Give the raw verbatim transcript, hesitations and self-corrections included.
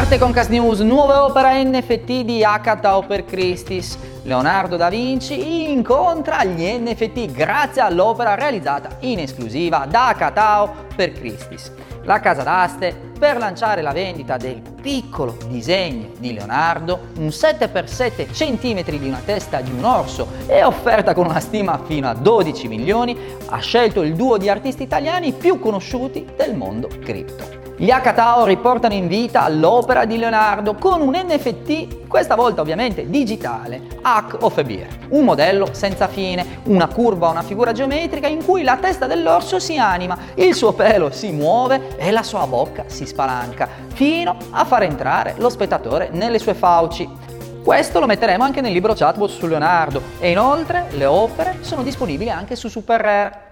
Parte con Cast News, nuova opera N F T di Acatao per Christie's. Leonardo da Vinci incontra gli N F T grazie all'opera realizzata in esclusiva da Acatao per Christie's. La casa d'aste, per lanciare la vendita del piccolo disegno di Leonardo, un sette per sette centimetri di una testa di un orso e offerta con una stima fino a dodici milioni, ha scelto il duo di artisti italiani più conosciuti del mondo cripto. Gli Acatao riportano in vita l'opera di Leonardo con un N F T, questa volta ovviamente digitale, Hack of a Bear, un modello senza fine, una curva o una figura geometrica in cui la testa dell'orso si anima, il suo pelo si muove e la sua bocca si spalanca, fino a far entrare lo spettatore nelle sue fauci. Questo lo metteremo anche nel libro Chatbot su Leonardo e inoltre le opere sono disponibili anche su Super Rare.